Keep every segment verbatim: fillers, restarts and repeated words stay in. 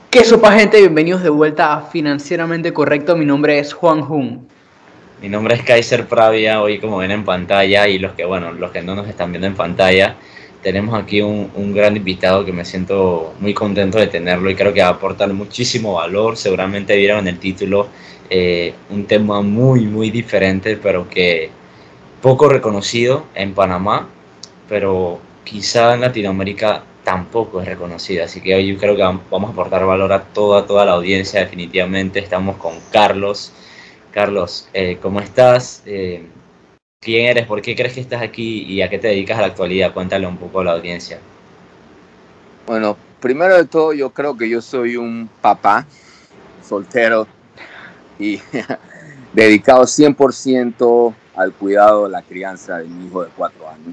¿Qué sopa, gente? Bienvenidos de vuelta a Financieramente Correcto. Mi nombre es Juan Jun. Mi nombre es Kaiser Pravia, hoy como ven en pantalla y los que, bueno, los que no nos están viendo en pantalla, tenemos aquí un, un gran invitado que me siento muy contento de tenerlo y creo que va a aportar muchísimo valor. Seguramente vieron en el título eh, un tema muy, muy diferente, pero que poco reconocido en Panamá, pero quizá en Latinoamérica tampoco es reconocido. Así que hoy yo creo que vamos a aportar valor a toda, toda la audiencia. Definitivamente estamos con Carlos. Carlos, eh, ¿cómo estás? Eh, ¿Quién eres? ¿Por qué crees que estás aquí? ¿Y a qué te dedicas a la actualidad? Cuéntale un poco a la audiencia. Bueno, primero de todo, yo creo que yo soy un papá soltero y dedicado cien por ciento al cuidado de la crianza de mi hijo de cuatro años.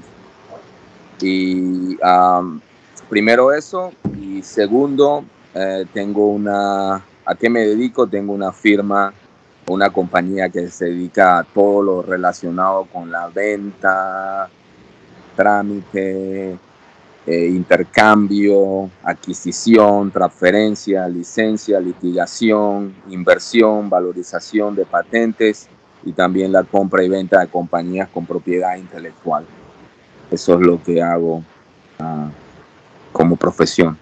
Y um, primero eso, y segundo, eh, tengo una, ¿a qué me dedico? Tengo una firma, una compañía que se dedica a todo lo relacionado con la venta, trámite, Eh, intercambio, adquisición, transferencia, licencia, litigación, inversión, valorización de patentes y también la compra y venta de compañías con propiedad intelectual. Eso es lo que hago uh, como profesión.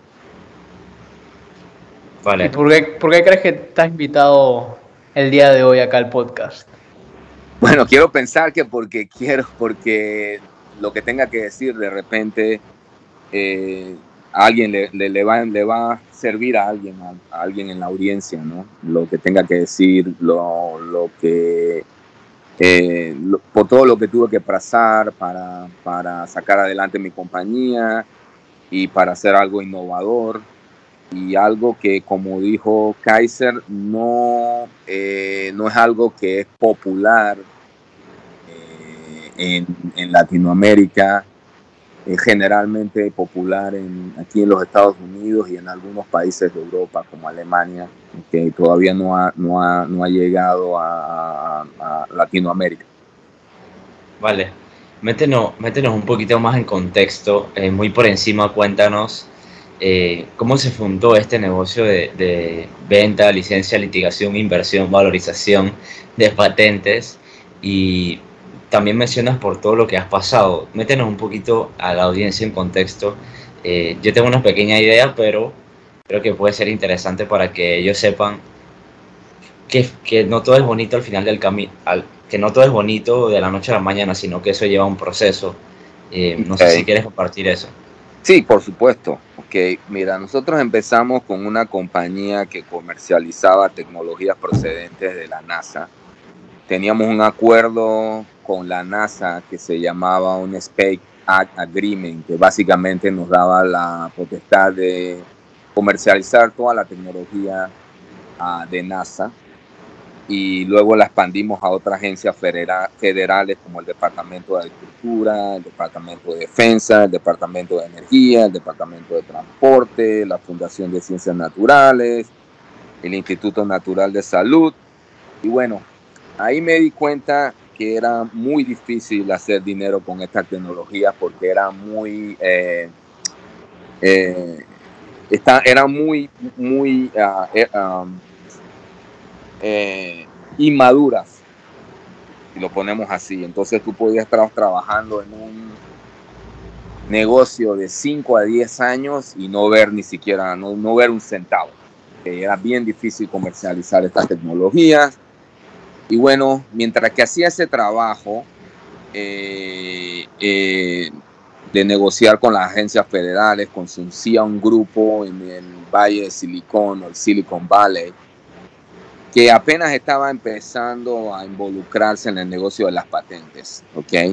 Vale. ¿Y por qué, por qué crees que estás invitado el día de hoy acá al podcast? Bueno, quiero pensar que porque quiero, porque lo que tenga que decir de repente eh, a alguien le, le, le, va, le va a servir a alguien, a, a alguien en la audiencia, ¿no? Lo que tenga que decir, lo, lo que, eh, lo, por todo lo que tuve que pasar para, para sacar adelante mi compañía y para hacer algo innovador y algo que, como dijo Kaiser, no, eh, no es algo que es popular eh, en, en Latinoamérica. Es generalmente popular en, aquí en los Estados Unidos y en algunos países de Europa como Alemania, que todavía no ha, no ha, no ha llegado a, a, a Latinoamérica. Vale, métenos, métenos un poquito más en contexto, eh, muy por encima, cuéntanos eh, cómo se fundó este negocio de, de venta, licencia, litigación, inversión, valorización de patentes y también mencionas por todo lo que has pasado. Métenos un poquito a la audiencia en contexto. Eh, yo tengo una pequeña idea, pero creo que puede ser interesante para que ellos sepan que, que no todo es bonito al final del camino, que no todo es bonito de la noche a la mañana, sino que eso lleva un proceso. Eh, no sé si quieres compartir eso. Sí, por supuesto. Okay. Mira, nosotros empezamos con una compañía que comercializaba tecnologías procedentes de la NASA. Teníamos un acuerdo con la NASA que se llamaba un Space Act Agreement, que básicamente nos daba la potestad de comercializar toda la tecnología uh, de NASA y luego la expandimos a otras agencias federa federales como el Departamento de Agricultura, el Departamento de Defensa, el Departamento de Energía, el Departamento de Transporte, la Fundación de Ciencias Naturales, el Instituto Natural de Salud. Y bueno, ahí me di cuenta que era muy difícil hacer dinero con estas tecnologías porque era muy... Eh, eh, está, era muy, muy... Uh, eh, um, Eh, inmaduras, si lo ponemos así. Entonces tú podías estar trabajando en un negocio de cinco a diez años y no ver ni siquiera, no, no ver un centavo. Eh, era bien difícil comercializar estas tecnologías. Y bueno, mientras que hacía ese trabajo eh, eh, de negociar con las agencias federales, consultía un grupo en el Valle de Silicon o el Silicon Valley, que apenas estaba empezando a involucrarse en el negocio de las patentes, ¿ok?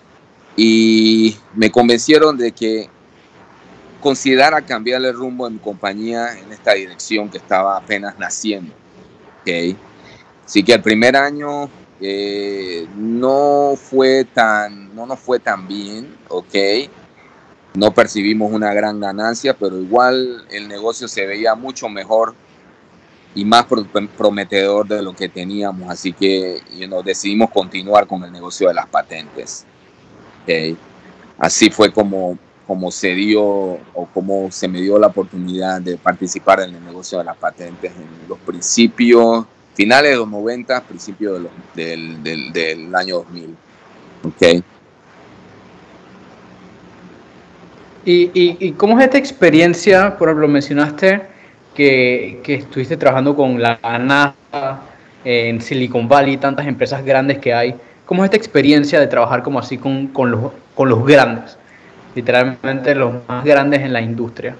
Y me convencieron de que considerara cambiar el rumbo de mi compañía en esta dirección que estaba apenas naciendo, ¿ok? Así que el primer año eh, no fue tan, no nos fue tan bien, ¿ok? No percibimos una gran ganancia, pero igual el negocio se veía mucho mejor y más prometedor de lo que teníamos, así que you know, decidimos continuar con el negocio de las patentes. Okay. Así fue como, cómo se dio o cómo se me dio la oportunidad de participar en el negocio de las patentes en los principios, finales de los noventa, principios de los, del, del, del año dos mil. Okay. ¿Y, y, y cómo es esta experiencia? Por ejemplo, mencionaste que, que estuviste trabajando con la NASA, eh, en Silicon Valley, tantas empresas grandes que hay. ¿Cómo es esta experiencia de trabajar como así con, con, los, con los grandes? Literalmente los más grandes en la industria.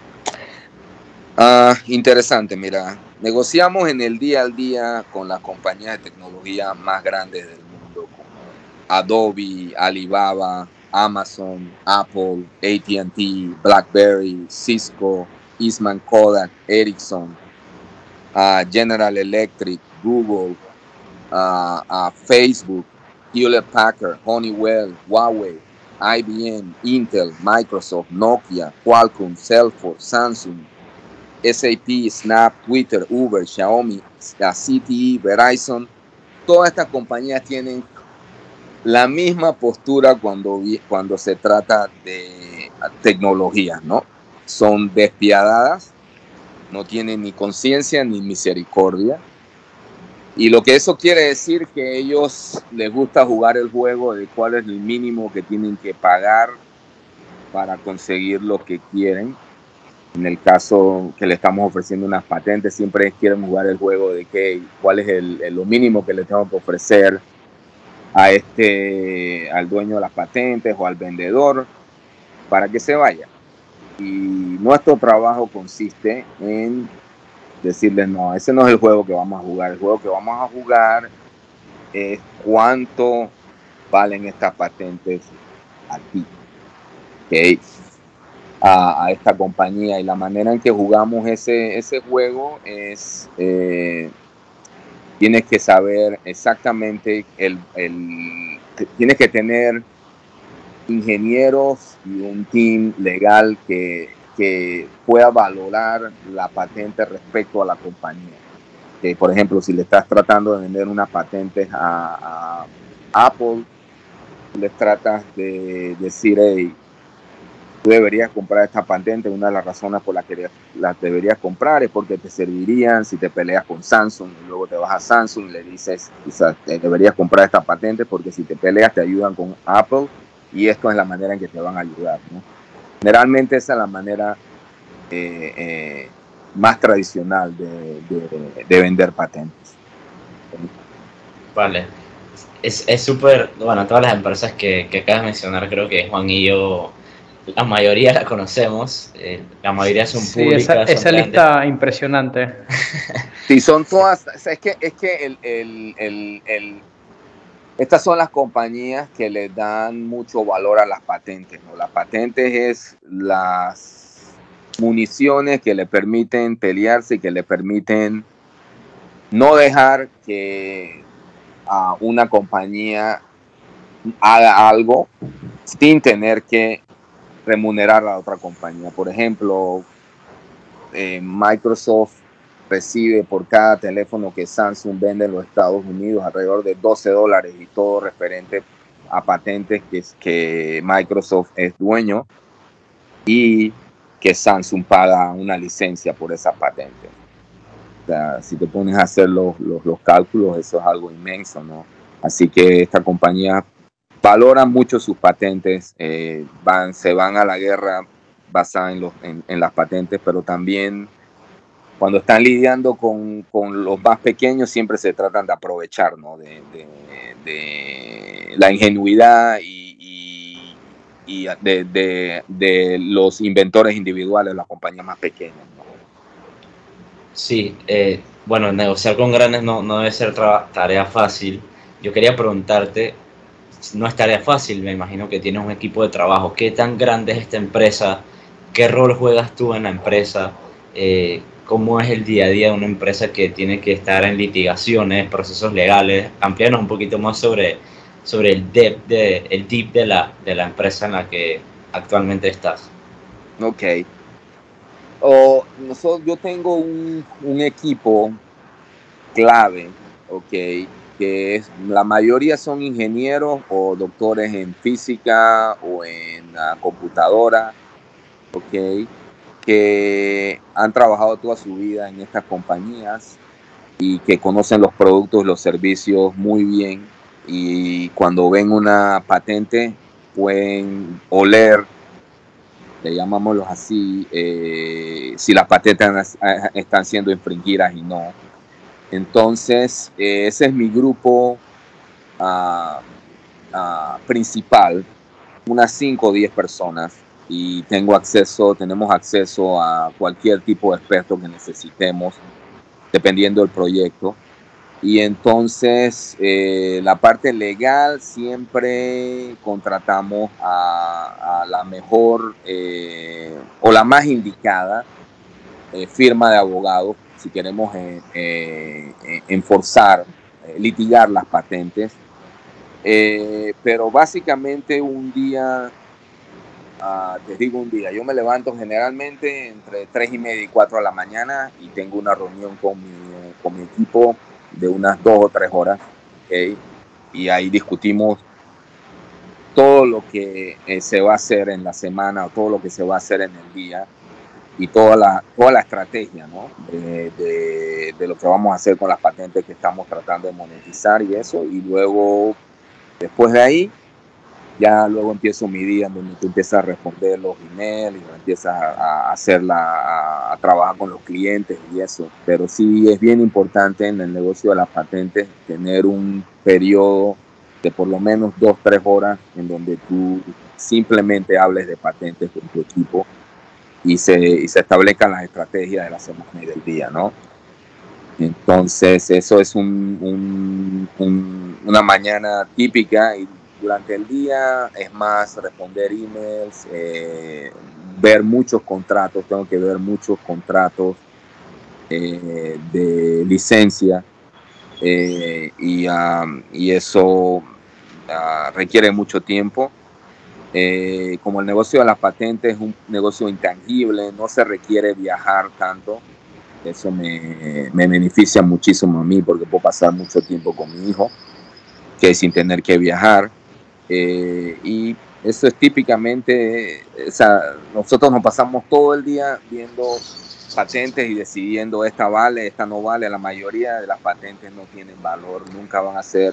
Uh, interesante, mira, negociamos en el día al día con las compañías de tecnología más grandes del mundo, como Adobe, Alibaba, Amazon, Apple, A T and T, BlackBerry, Cisco, Eastman Kodak, Ericsson, uh, General Electric, Google, uh, uh, Facebook, Hewlett Packard, Honeywell, Huawei, I B M, Intel, Microsoft, Nokia, Qualcomm, Salesforce, Samsung, S A P, Snap, Twitter, Uber, Xiaomi, C T E, Verizon. Todas estas compañías tienen la misma postura cuando, cuando se trata de tecnología, ¿no? Son despiadadas, no tienen ni conciencia ni misericordia. Y lo que eso quiere decir que ellos les gusta jugar el juego de cuál es el mínimo que tienen que pagar para conseguir lo que quieren. En el caso que le estamos ofreciendo unas patentes, siempre quieren jugar el juego de que, cuál es el, el, lo mínimo que le tengo que ofrecer a este, al dueño de las patentes o al vendedor para que se vaya. Y nuestro trabajo consiste en decirles, no, ese no es el juego que vamos a jugar. El juego que vamos a jugar es cuánto valen estas patentes a ti, ¿okay? A, a esta compañía. Y la manera en que jugamos ese, ese juego es, eh, tienes que saber exactamente, el, el, tienes que tener ingenieros y un team legal que, que pueda valorar la patente respecto a la compañía. Que, por ejemplo, si le estás tratando de vender unas patentes a, a Apple, les tratas de decir, hey, tú deberías comprar esta patente. Una de las razones por las que las deberías comprar es porque te servirían si te peleas con Samsung y luego te vas a Samsung y le dices, quizás deberías comprar esta patente porque si te peleas te ayudan con Apple y esto es la manera en que te van a ayudar, ¿no? Generalmente esa es la manera eh, eh, más tradicional de, de, de vender patentes. Vale. Es súper, bueno, todas las empresas que, que acabas de mencionar, creo que Juan y yo, la mayoría la conocemos, eh, la mayoría son sí, públicas. Esa, esa son lista grandes. Impresionante. Sí, son todas, es que, es que el, el, el, el, estas son las compañías que le dan mucho valor a las patentes, ¿no? Las patentes es las municiones que le permiten pelearse y que le permiten no dejar que a uh, una compañía haga algo sin tener que remunerar a la otra compañía. Por ejemplo, eh, Microsoft recibe por cada teléfono que Samsung vende en los Estados Unidos alrededor de doce dólares y todo referente a patentes que, que Microsoft es dueño y que Samsung paga una licencia por esa patente. O sea, si te pones a hacer los, los, los cálculos, eso es algo inmenso, ¿no? Así que esta compañía valora mucho sus patentes, eh, van, se van a la guerra basada en, los, en, en las patentes, pero también cuando están lidiando con, con los más pequeños siempre se tratan de aprovechar, ¿no? de, de, de la ingenuidad y, y, y de, de, de los inventores individuales, las compañías más pequeñas, ¿no? Sí, eh, bueno, negociar con grandes no, no debe ser tarea fácil. Yo quería preguntarte, no es tarea fácil, me imagino que tienes un equipo de trabajo. ¿Qué tan grande es esta empresa? ¿Qué rol juegas tú en la empresa? Eh, ¿Cómo es el día a día de una empresa que tiene que estar en litigaciones, procesos legales? Amplíanos un poquito más sobre, sobre el depth de, el deep de la, de la empresa en la que actualmente estás. Ok. Oh, nosotros, yo tengo un, un equipo clave, ok, que es, la mayoría son ingenieros o doctores en física o en uh, computadora, ¿ok? Que han trabajado toda su vida en estas compañías y que conocen los productos y los servicios muy bien, y cuando ven una patente pueden oler, le llamámoslos así, eh, si las patentes están siendo infringidas y no. Entonces, eh, ese es mi grupo uh, uh, principal, unas cinco o diez personas, y tengo acceso, tenemos acceso a cualquier tipo de experto que necesitemos, dependiendo del proyecto. Y entonces, eh, la parte legal siempre contratamos a, a la mejor eh, o la más indicada eh, firma de abogados si queremos eh, eh, enforzar, eh, litigar las patentes. Eh, pero básicamente un día, uh, te digo un día, yo me levanto generalmente entre tres y media y cuatro de la mañana y tengo una reunión con mi, con mi equipo de unas dos o tres horas, ¿okay? Y ahí discutimos todo lo que eh, se va a hacer en la semana o todo lo que se va a hacer en el día y toda la, toda la estrategia, ¿no? de, de, de lo que vamos a hacer con las patentes que estamos tratando de monetizar y eso, y luego después de ahí ya luego empiezo mi día en donde tú empiezas a responder los emails y empiezas a, a hacerla, a, a trabajar con los clientes y eso. Pero sí es bien importante en el negocio de las patentes tener un periodo de por lo menos dos, tres horas en donde tú simplemente hables de patentes con tu equipo y se, y se establezcan las estrategias de la semana y del día, ¿no? Entonces eso es un, un, un, una mañana típica, y durante el día es más responder emails, eh, ver muchos contratos, tengo que ver muchos contratos eh, de licencia, eh, y, um, y eso uh, requiere mucho tiempo. Eh, como el negocio de las patentes es un negocio intangible, no se requiere viajar tanto. Eso me, me beneficia muchísimo a mí porque puedo pasar mucho tiempo con mi hijo, que sin tener que viajar. Eh, y eso es típicamente, o sea, nosotros nos pasamos todo el día viendo patentes y decidiendo esta vale, esta no vale. La mayoría de las patentes no tienen valor, nunca van a ser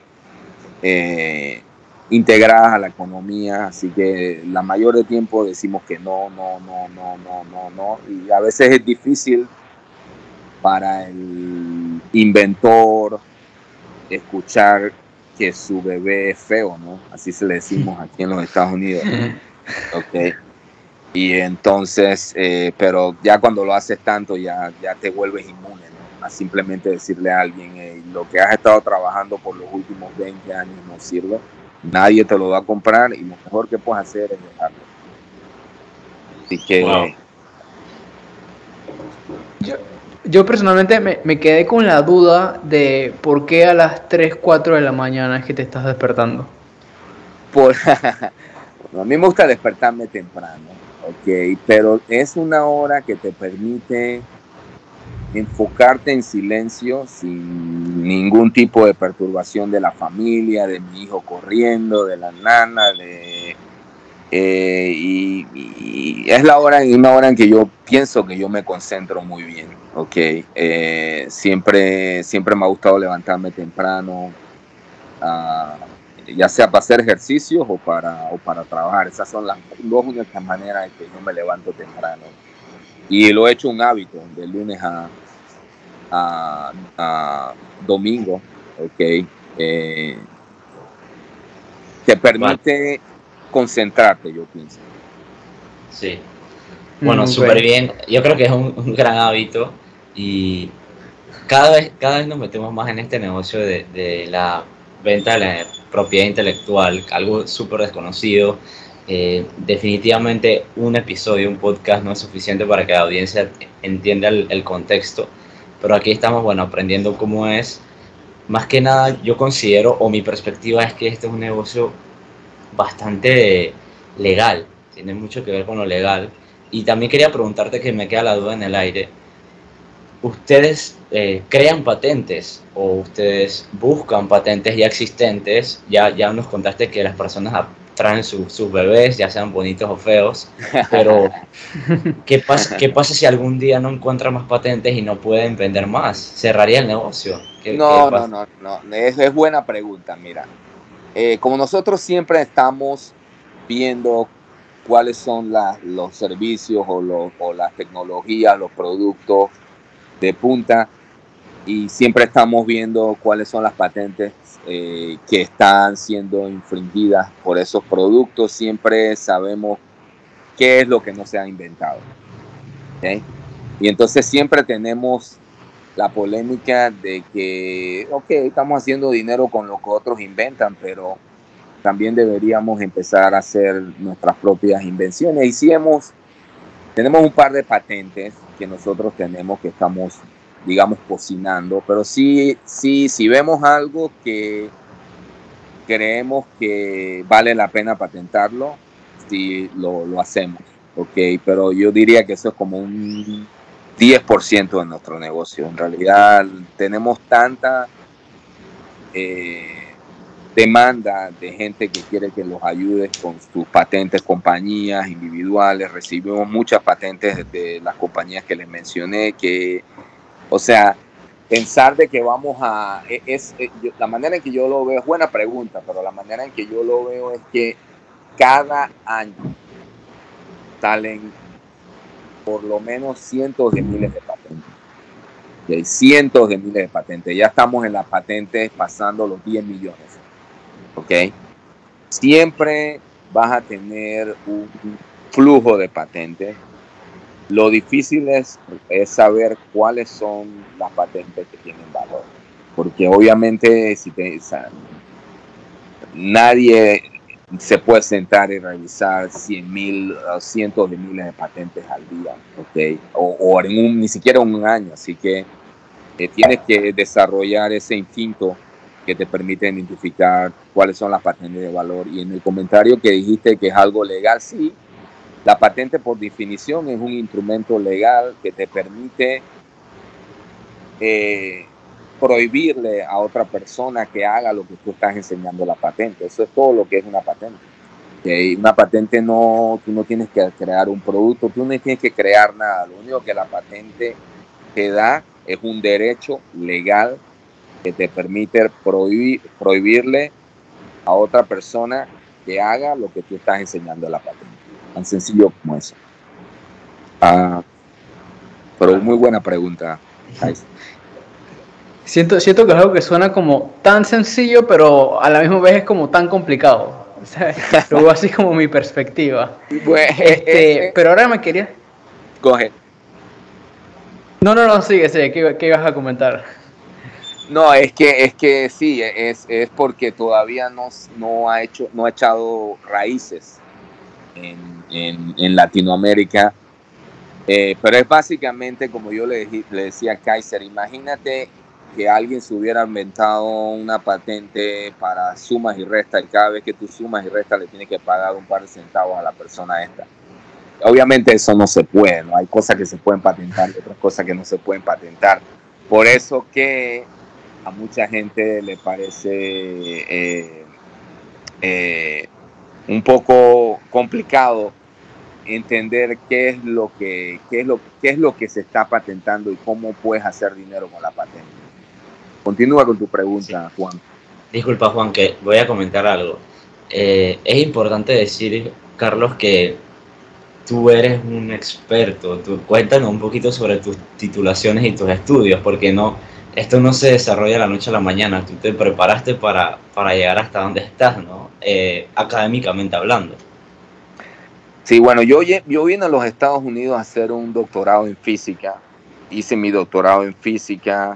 eh, integradas a la economía, así que la mayor de tiempo decimos que no, no, no, no, no, no, no, y a veces es difícil para el inventor escuchar que su bebé es feo, ¿no? Así se le decimos aquí en los Estados Unidos. Okay. Y entonces, eh, pero ya cuando lo haces tanto, ya, ya te vuelves inmune, ¿no? A simplemente decirle a alguien, hey, lo que has estado trabajando por los últimos veinte años no sirve, nadie te lo va a comprar y lo mejor que puedes hacer es dejarlo. Así que... Wow. Yo, yo personalmente me, me quedé con la duda de por qué a las tres, cuatro de la mañana es que te estás despertando. Por, a mí me gusta despertarme temprano, ok, pero es una hora que te permite enfocarte en silencio sin ningún tipo de perturbación de la familia, de mi hijo corriendo, de la nana, de... Eh, y, y es la hora, una hora en que yo pienso que yo me concentro muy bien, ok. Eh, siempre, siempre me ha gustado levantarme temprano, uh, ya sea para hacer ejercicios o para, o para trabajar. Esas son las dos únicas maneras en que yo me levanto temprano. Y lo he hecho un hábito de lunes a, a, a domingo, ok. Eh, te permite... Vale. Concentrarte, yo pienso. Sí. Bueno, mm, súper bien. Yo creo que es un, un gran hábito y cada vez, cada vez nos metemos más en este negocio de, de la venta de la propiedad intelectual, algo súper desconocido. Eh, definitivamente un episodio, un podcast no es suficiente para que la audiencia entienda el, el contexto, pero aquí estamos, bueno, aprendiendo cómo es. Más que nada, yo considero, o mi perspectiva es que este es un negocio bastante legal, tiene mucho que ver con lo legal. Y también quería preguntarte, que me queda la duda en el aire, ¿ustedes eh, crean patentes o ustedes buscan patentes ya existentes? Ya, ya nos contaste que las personas traen su, sus bebés, ya sean bonitos o feos, pero ¿qué pasa, qué pasa si algún día no encuentran más patentes y no pueden vender más? ¿Cerraría el negocio? ¿Qué, qué No, no, pasa? no, no, es, es buena pregunta, mira. Eh, como nosotros siempre estamos viendo cuáles son la, los servicios o, los, o las tecnologías, los productos de punta, y siempre estamos viendo cuáles son las patentes eh, que están siendo infringidas por esos productos. Siempre sabemos qué es lo que no se ha inventado. ¿Okay? Y entonces siempre tenemos la polémica de que, ok, estamos haciendo dinero con lo que otros inventan, pero también deberíamos empezar a hacer nuestras propias invenciones. Y sí hemos, tenemos un par de patentes que nosotros tenemos que estamos, digamos, cocinando, pero sí, sí, si vemos algo que creemos que vale la pena patentarlo, sí lo, lo hacemos, ok, pero yo diría que eso es como un diez por ciento de nuestro negocio. En realidad tenemos tanta eh, demanda de gente que quiere que los ayudes con sus patentes, compañías individuales. Recibimos muchas patentes de las compañías que les mencioné, que, o sea, pensar de que vamos a, es, es la manera en que yo lo veo, es buena pregunta, pero la manera en que yo lo veo es que cada año salen por lo menos cientos de miles de patentes. Y hay cientos de miles de patentes. Ya estamos en las patentes pasando los diez millones. ¿Ok? Siempre vas a tener un flujo de patentes. Lo difícil es, es saber cuáles son las patentes que tienen valor. Porque obviamente si te, o sea, nadie se puede sentar y revisar cien mil, cientos de miles de patentes al día, ¿ok? O, o en un, ni siquiera un año. Así que eh, tienes que desarrollar ese instinto que te permite identificar cuáles son las patentes de valor. Y en el comentario que dijiste que es algo legal, sí, la patente por definición es un instrumento legal que te permite eh, prohibirle a otra persona que haga lo que tú estás enseñando la patente. Eso es todo lo que es una patente. Okay. Una patente no, tú no tienes que crear un producto, tú no tienes que crear nada. Lo único que la patente te da es un derecho legal que te permite prohibir, prohibirle a otra persona que haga lo que tú estás enseñando en la patente. Tan sencillo como eso. Uh, pero muy buena pregunta, Tyson. Siento, siento que es algo que suena como tan sencillo, pero a la misma vez es como tan complicado. O sea, lo veo así como mi perspectiva. Bueno, este, ese... Pero ahora me quería... Go ahead. No, no, no, sigue, sigue. ¿Qué, qué ibas a comentar? No, es que, es que sí, es, es porque todavía no, no, ha hecho, no ha echado raíces en, en, en Latinoamérica. Eh, pero es básicamente, como yo le, le decía a Kaiser, imagínate que alguien se hubiera inventado una patente para sumas y restas, y cada vez que tú sumas y restas le tienes que pagar un par de centavos a la persona esta. Obviamente eso no se puede, ¿no? Hay cosas que se pueden patentar y otras cosas que no se pueden patentar. Por eso que a mucha gente le parece eh, eh, un poco complicado entender qué es lo que qué es lo qué es lo que se está patentando y cómo puedes hacer dinero con la patente. Continúa con tu pregunta, sí. Juan. Disculpa, Juan, que voy a comentar algo. Eh, es importante decir, Carlos, que tú eres un experto. Tú, cuéntanos un poquito sobre tus titulaciones y tus estudios, porque no, esto no se desarrolla de la noche a la mañana. Tú te preparaste para, para llegar hasta donde estás, ¿no? Eh, académicamente hablando. Sí, bueno, yo, yo vine a los Estados Unidos a hacer un doctorado en física. Hice mi doctorado en física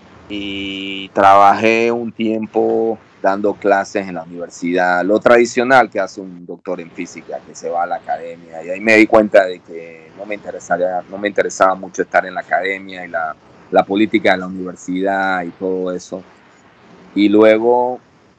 y trabajé un tiempo dando clases en la universidad, lo tradicional que hace un doctor en física, que se va a la academia. Y ahí me di cuenta de que no me interesaba, no me interesaba mucho estar en la academia y la, la política de la universidad y todo eso. Y luego...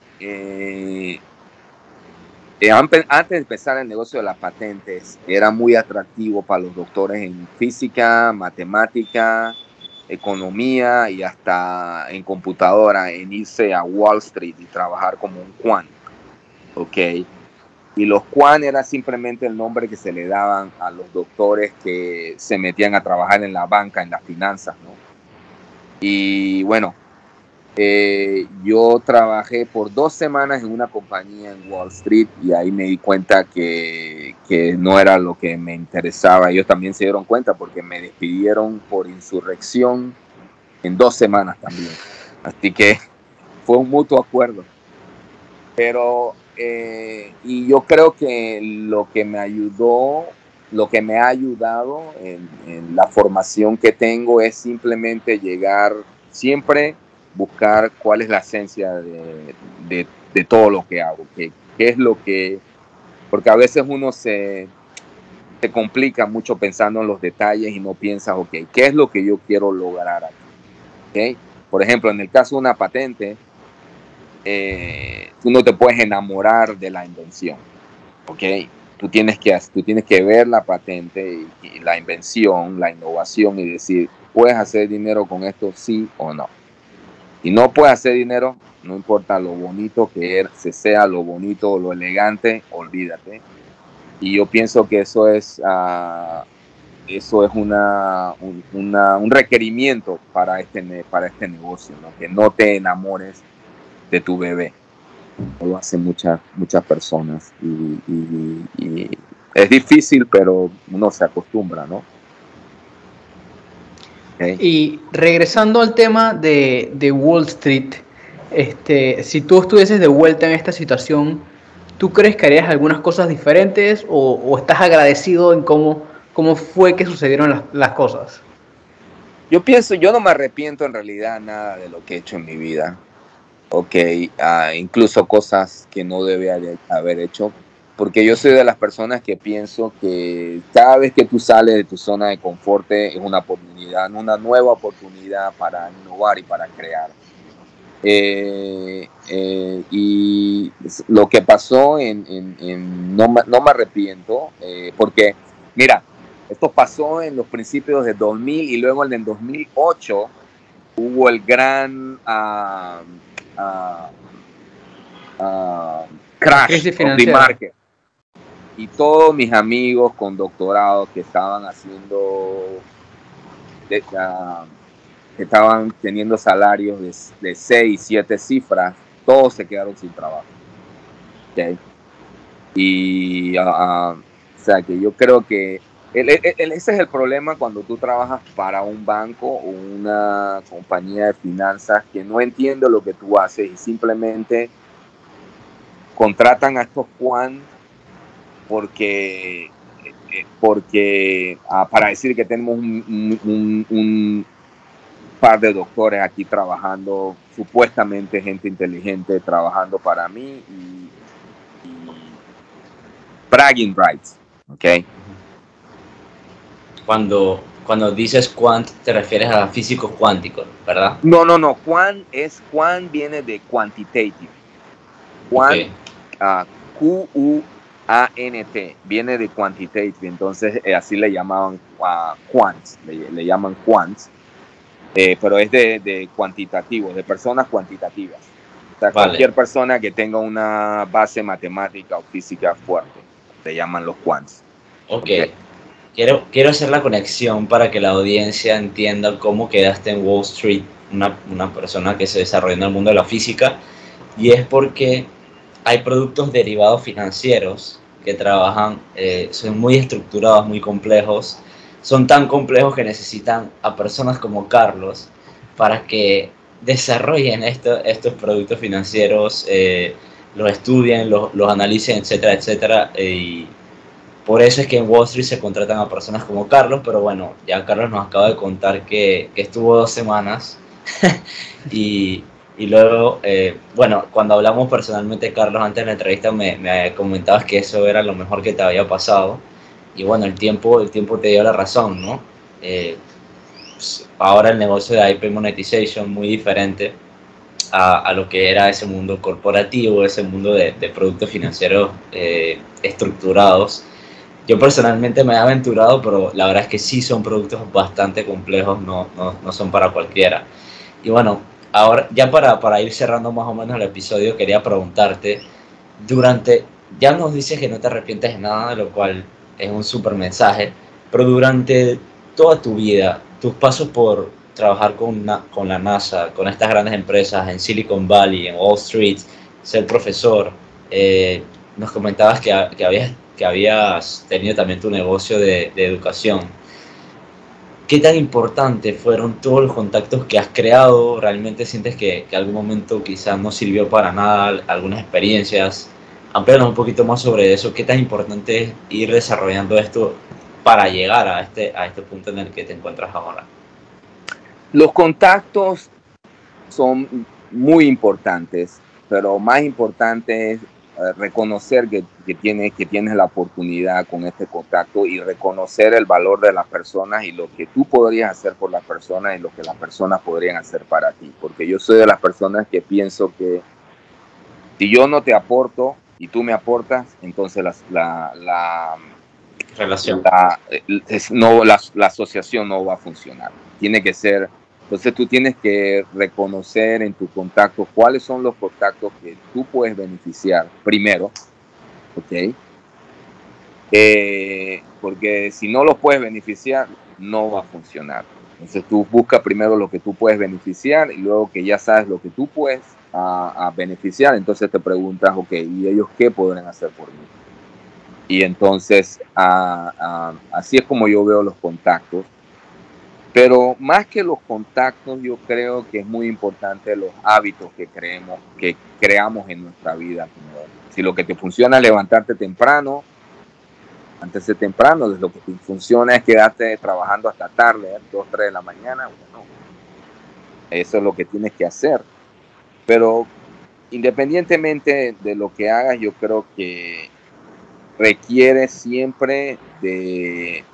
Eh, Eh, antes de empezar el negocio de las patentes, era muy atractivo para los doctores en física, matemática economía y hasta en computadora, en irse a Wall Street y trabajar como un quant, ¿ok? Y los quant era simplemente el nombre que se le daban a los doctores que se metían a trabajar en la banca, en las finanzas, ¿no? Y bueno, eh, yo trabajé por dos semanas en una compañía en Wall Street y ahí me di cuenta que, que no era lo que me interesaba. Ellos también se dieron cuenta porque me despidieron por insurrección en dos semanas también. Así que fue un mutuo acuerdo. Pero, eh, y yo creo que lo que me ayudó, lo que me ha ayudado en, en la formación que tengo es simplemente llegar, siempre buscar cuál es la esencia de, de, de todo lo que hago, qué, qué es lo que, porque a veces uno se, se complica mucho pensando en los detalles y no piensas, ok, ¿qué es lo que yo quiero lograr aquí? ¿Okay? Por ejemplo, en el caso de una patente, Eh, tú no te puedes enamorar de la invención, ¿ok? Tú tienes que, tú tienes que ver la patente y, y la invención, la innovación y decir, ¿puedes hacer dinero con esto, sí o no? Y no puedes hacer dinero, no importa lo bonito que sea, lo bonito o lo elegante, olvídate. Y yo pienso que eso es, uh, eso es una, un, una, un requerimiento para este, para este negocio, ¿no? Que no te enamores de tu bebé. Lo hacen muchas muchas personas y, y, y es difícil, pero uno se acostumbra, ¿no? Okay. Y regresando al tema de, de Wall Street, este, si tú estuvieses de vuelta en esta situación, ¿tú crees que harías algunas cosas diferentes o, o estás agradecido en cómo, cómo fue que sucedieron las, las cosas? Yo pienso, yo no me arrepiento en realidad nada de lo que he hecho en mi vida. Ok, uh, incluso cosas que no debía de haber hecho, porque yo soy de las personas que pienso que cada vez que tú sales de tu zona de confort es una oportunidad, una nueva oportunidad para innovar y para crear. Eh, eh, y lo que pasó en, en, en no, no me arrepiento, eh, porque mira, esto pasó en los principios de dos mil y luego en el dos mil ocho hubo el gran uh, Uh, uh, crash of the market y todos mis amigos con doctorados que estaban haciendo de, uh, que estaban teniendo salarios de, de seis, siete cifras, todos se quedaron sin trabajo. Okay. Y uh, uh, o sea que yo creo que el, el, el, ese es el problema cuando tú trabajas para un banco o una compañía de finanzas que no entiende lo que tú haces y simplemente contratan a estos quant porque, porque uh, para decir que tenemos un, un, un par de doctores aquí trabajando, supuestamente gente inteligente trabajando para mí y, y bragging rights, ¿ok? Cuando, cuando dices quant, te refieres a físicos cuánticos, ¿verdad? No, no, no. Quant es quant viene de quantitative. Quant, okay. uh, Q U A N T, viene de quantitative. Entonces, eh, así le llamaban uh, quants, le, le llaman quants. Eh, pero es de, de cuantitativo, de personas cuantitativas. O sea, vale. Cualquier persona que tenga una base matemática o física fuerte, se llaman los quants. Ok. okay. Quiero, quiero hacer la conexión para que la audiencia entienda cómo quedaste en Wall Street, una, una persona que se desarrolló en el mundo de la física, y es porque hay productos derivados financieros que trabajan, eh, son muy estructurados, muy complejos, son tan complejos que necesitan a personas como Carlos para que desarrollen esto, estos productos financieros, eh, los estudien, los, los analicen, etcétera, etcétera, y por eso es que en Wall Street se contratan a personas como Carlos, pero bueno, ya Carlos nos acaba de contar que, que estuvo dos semanas y, y luego, eh, bueno, cuando hablamos personalmente, Carlos, antes de la entrevista me, me comentabas que eso era lo mejor que te había pasado y bueno, el tiempo, el tiempo te dio la razón, ¿no? Eh, pues ahora el negocio de I P Monetization muy diferente a, a lo que era ese mundo corporativo, ese mundo de, de productos financieros eh, estructurados. yo personalmente me he aventurado, pero la verdad es que sí son productos bastante complejos, no, no, no son para cualquiera. Y bueno, ahora ya para, para ir cerrando más o menos el episodio, quería preguntarte, durante, ya nos dices que no te arrepientes de nada, de lo cual es un súper mensaje, pero durante toda tu vida, tus pasos por trabajar con, na, con la NASA, con estas grandes empresas en Silicon Valley, en Wall Street, ser profesor, eh, nos comentabas que, que, habías, que habías tenido también tu negocio de, de educación. ¿Qué tan importante fueron todos los contactos que has creado? ¿Realmente sientes que, que algún momento quizás no sirvió para nada, algunas experiencias? Amplíanos un poquito más sobre eso. ¿Qué tan importante es ir desarrollando esto para llegar a este, a este punto en el que te encuentras ahora? Los contactos son muy importantes, pero más importante es eh, reconocer que, que, tienes, que tienes la oportunidad con este contacto y reconocer el valor de las personas y lo que tú podrías hacer por las personas y lo que las personas podrían hacer para ti. Porque yo soy de las personas que pienso que si yo no te aporto y tú me aportas, entonces la, la, la relación, la, es, no, la, la asociación no va a funcionar. Tiene que ser, entonces tú tienes que reconocer en tu contacto cuáles son los contactos que tú puedes beneficiar primero, ¿ok? Eh, porque si no los puedes beneficiar, no va a funcionar. Entonces tú buscas primero lo que tú puedes beneficiar y luego que ya sabes lo que tú puedes a, a beneficiar, entonces te preguntas, ok, ¿y ellos qué podrán hacer por mí? Y entonces uh, uh, así es como yo veo los contactos. Pero más que los contactos, yo creo que es muy importante los hábitos que creemos, que creamos en nuestra vida. Si lo que te funciona es levantarte temprano, antes de temprano, lo que te funciona es quedarte trabajando hasta tarde, dos, tres de la mañana, bueno, eso es lo que tienes que hacer. Pero independientemente de lo que hagas, yo creo que requiere siempre de,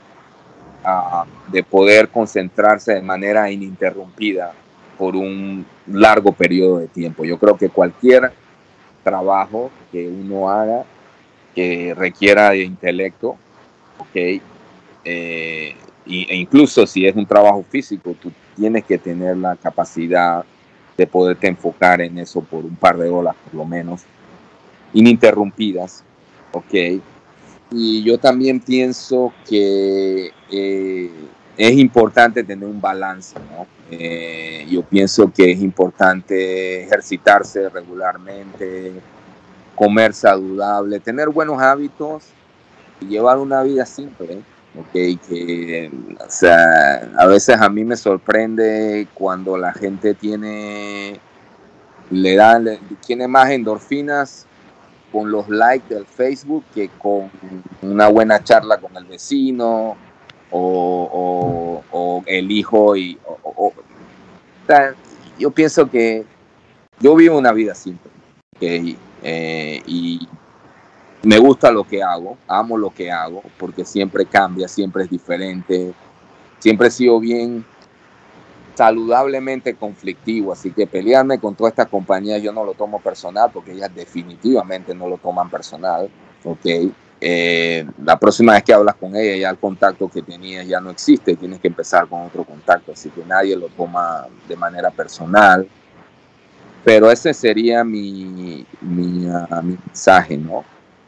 uh, de poder concentrarse de manera ininterrumpida por un largo periodo de tiempo. Yo creo que cualquier trabajo que uno haga que requiera de intelecto, ¿okay? eh, e incluso si es un trabajo físico, tú tienes que tener la capacidad de poderte enfocar en eso por un par de horas por lo menos, ininterrumpidas, ¿ok? Y yo también pienso que eh, es importante tener un balance, ¿no? Eh, yo pienso que es importante ejercitarse regularmente, comer saludable, tener buenos hábitos y llevar una vida simple, ¿eh? Okay, que, o sea, a veces a mí me sorprende cuando la gente tiene, le da, le, tiene más endorfinas con los likes del Facebook que con una buena charla con el vecino o, o, o el hijo. Y, o, o, o sea, yo pienso que yo vivo una vida simple, ¿okay? eh, y me gusta lo que hago, amo lo que hago, porque siempre cambia, siempre es diferente, siempre he sido bien saludablemente conflictivo, así que pelearme con todas estas compañías yo no lo tomo personal, porque ellas definitivamente no lo toman personal, ¿ok? Eh, la próxima vez que hablas con ella, ya el contacto que tenías ya no existe, tienes que empezar con otro contacto, así que nadie lo toma de manera personal, pero ese sería mi, mi, uh, mi mensaje, ¿no?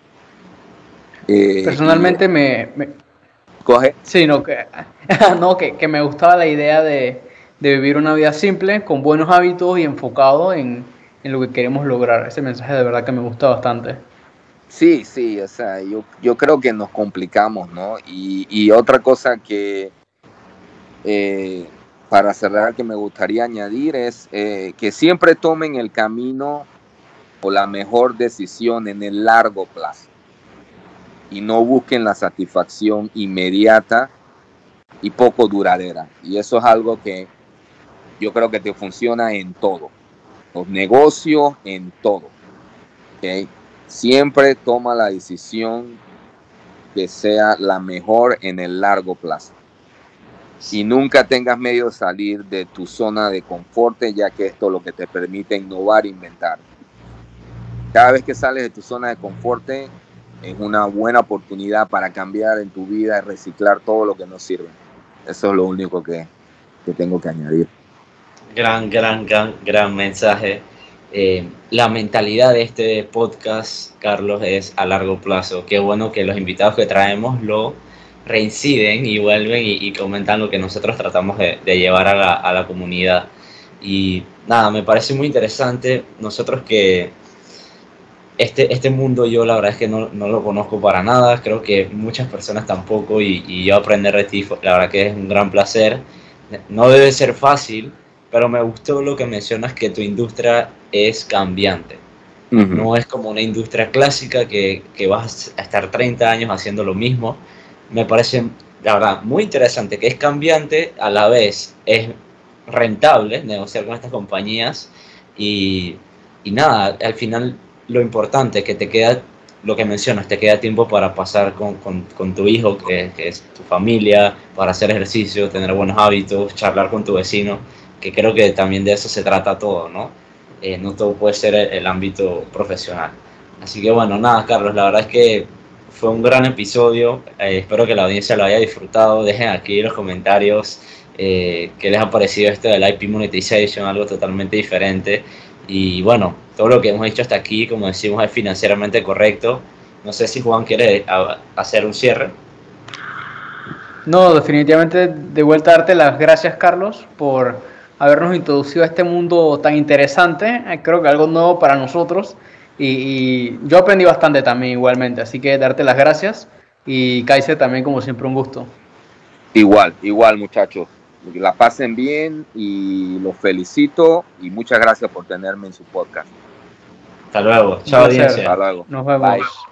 Eh, Personalmente y, me, me... Coge. Sí, no, que, no, que, que me gustaba la idea de, de vivir una vida simple, con buenos hábitos y enfocado en, en lo que queremos lograr. Ese mensaje de verdad que me gusta bastante. Sí, sí, o sea, yo, yo creo que nos complicamos, ¿no? Y, y otra cosa que, eh, para cerrar, que me gustaría añadir es eh, que siempre tomen el camino o la mejor decisión en el largo plazo y no busquen la satisfacción inmediata y poco duradera. Y eso es algo que yo creo que te funciona en todo, los negocios, en todo, ¿ok? Siempre toma la decisión que sea la mejor en el largo plazo. Y nunca tengas miedo de salir de tu zona de confort, ya que esto es lo que te permite innovar e inventar. Cada vez que sales de tu zona de confort, es una buena oportunidad para cambiar en tu vida y reciclar todo lo que no sirve. Eso es lo único que, que tengo que añadir. Gran, gran, gran, gran mensaje. Eh, la mentalidad de este podcast, Carlos, es a largo plazo. Qué bueno que los invitados que traemos lo reinciden y vuelven y, y comentan lo que nosotros tratamos de, de llevar a la, a la comunidad. Y nada, me parece muy interesante. Nosotros que este, este mundo yo la verdad es que no, no lo conozco para nada. Creo que muchas personas tampoco y, y yo aprender de ti, la verdad que es un gran placer. No debe ser fácil, pero me gustó lo que mencionas, que tu industria es cambiante. Uh-huh. No es como una industria clásica que, que vas a estar treinta años haciendo lo mismo. Me parece, la verdad, muy interesante, que es cambiante, a la vez es rentable negociar con estas compañías y, y nada, al final lo importante es que te queda, lo que mencionas, te queda tiempo para pasar con, con, con tu hijo, que, que es tu familia, para hacer ejercicio, tener buenos hábitos, charlar con tu vecino, que creo que también de eso se trata todo, ¿no? Eh, no todo puede ser el, el ámbito profesional. Así que bueno, nada, Carlos, la verdad es que fue un gran episodio, eh, espero que la audiencia lo haya disfrutado. Dejen aquí en los comentarios eh, qué les ha parecido esto del I P Monetization, algo totalmente diferente. Y bueno, todo lo que hemos hecho hasta aquí, como decimos, es financieramente correcto. No sé si Juan quiere a, hacer un cierre. No, definitivamente de vuelta a darte las gracias, Carlos, por habernos introducido a este mundo tan interesante. Creo que algo nuevo para nosotros. Y, y yo aprendí bastante también igualmente. Así que darte las gracias. Y Kaiser también, como siempre, un gusto. Igual, igual, muchachos. Que la pasen bien y los felicito. Y muchas gracias por tenerme en su podcast. Hasta luego. Chao, audiencia. Hasta luego. Nos vemos. Bye.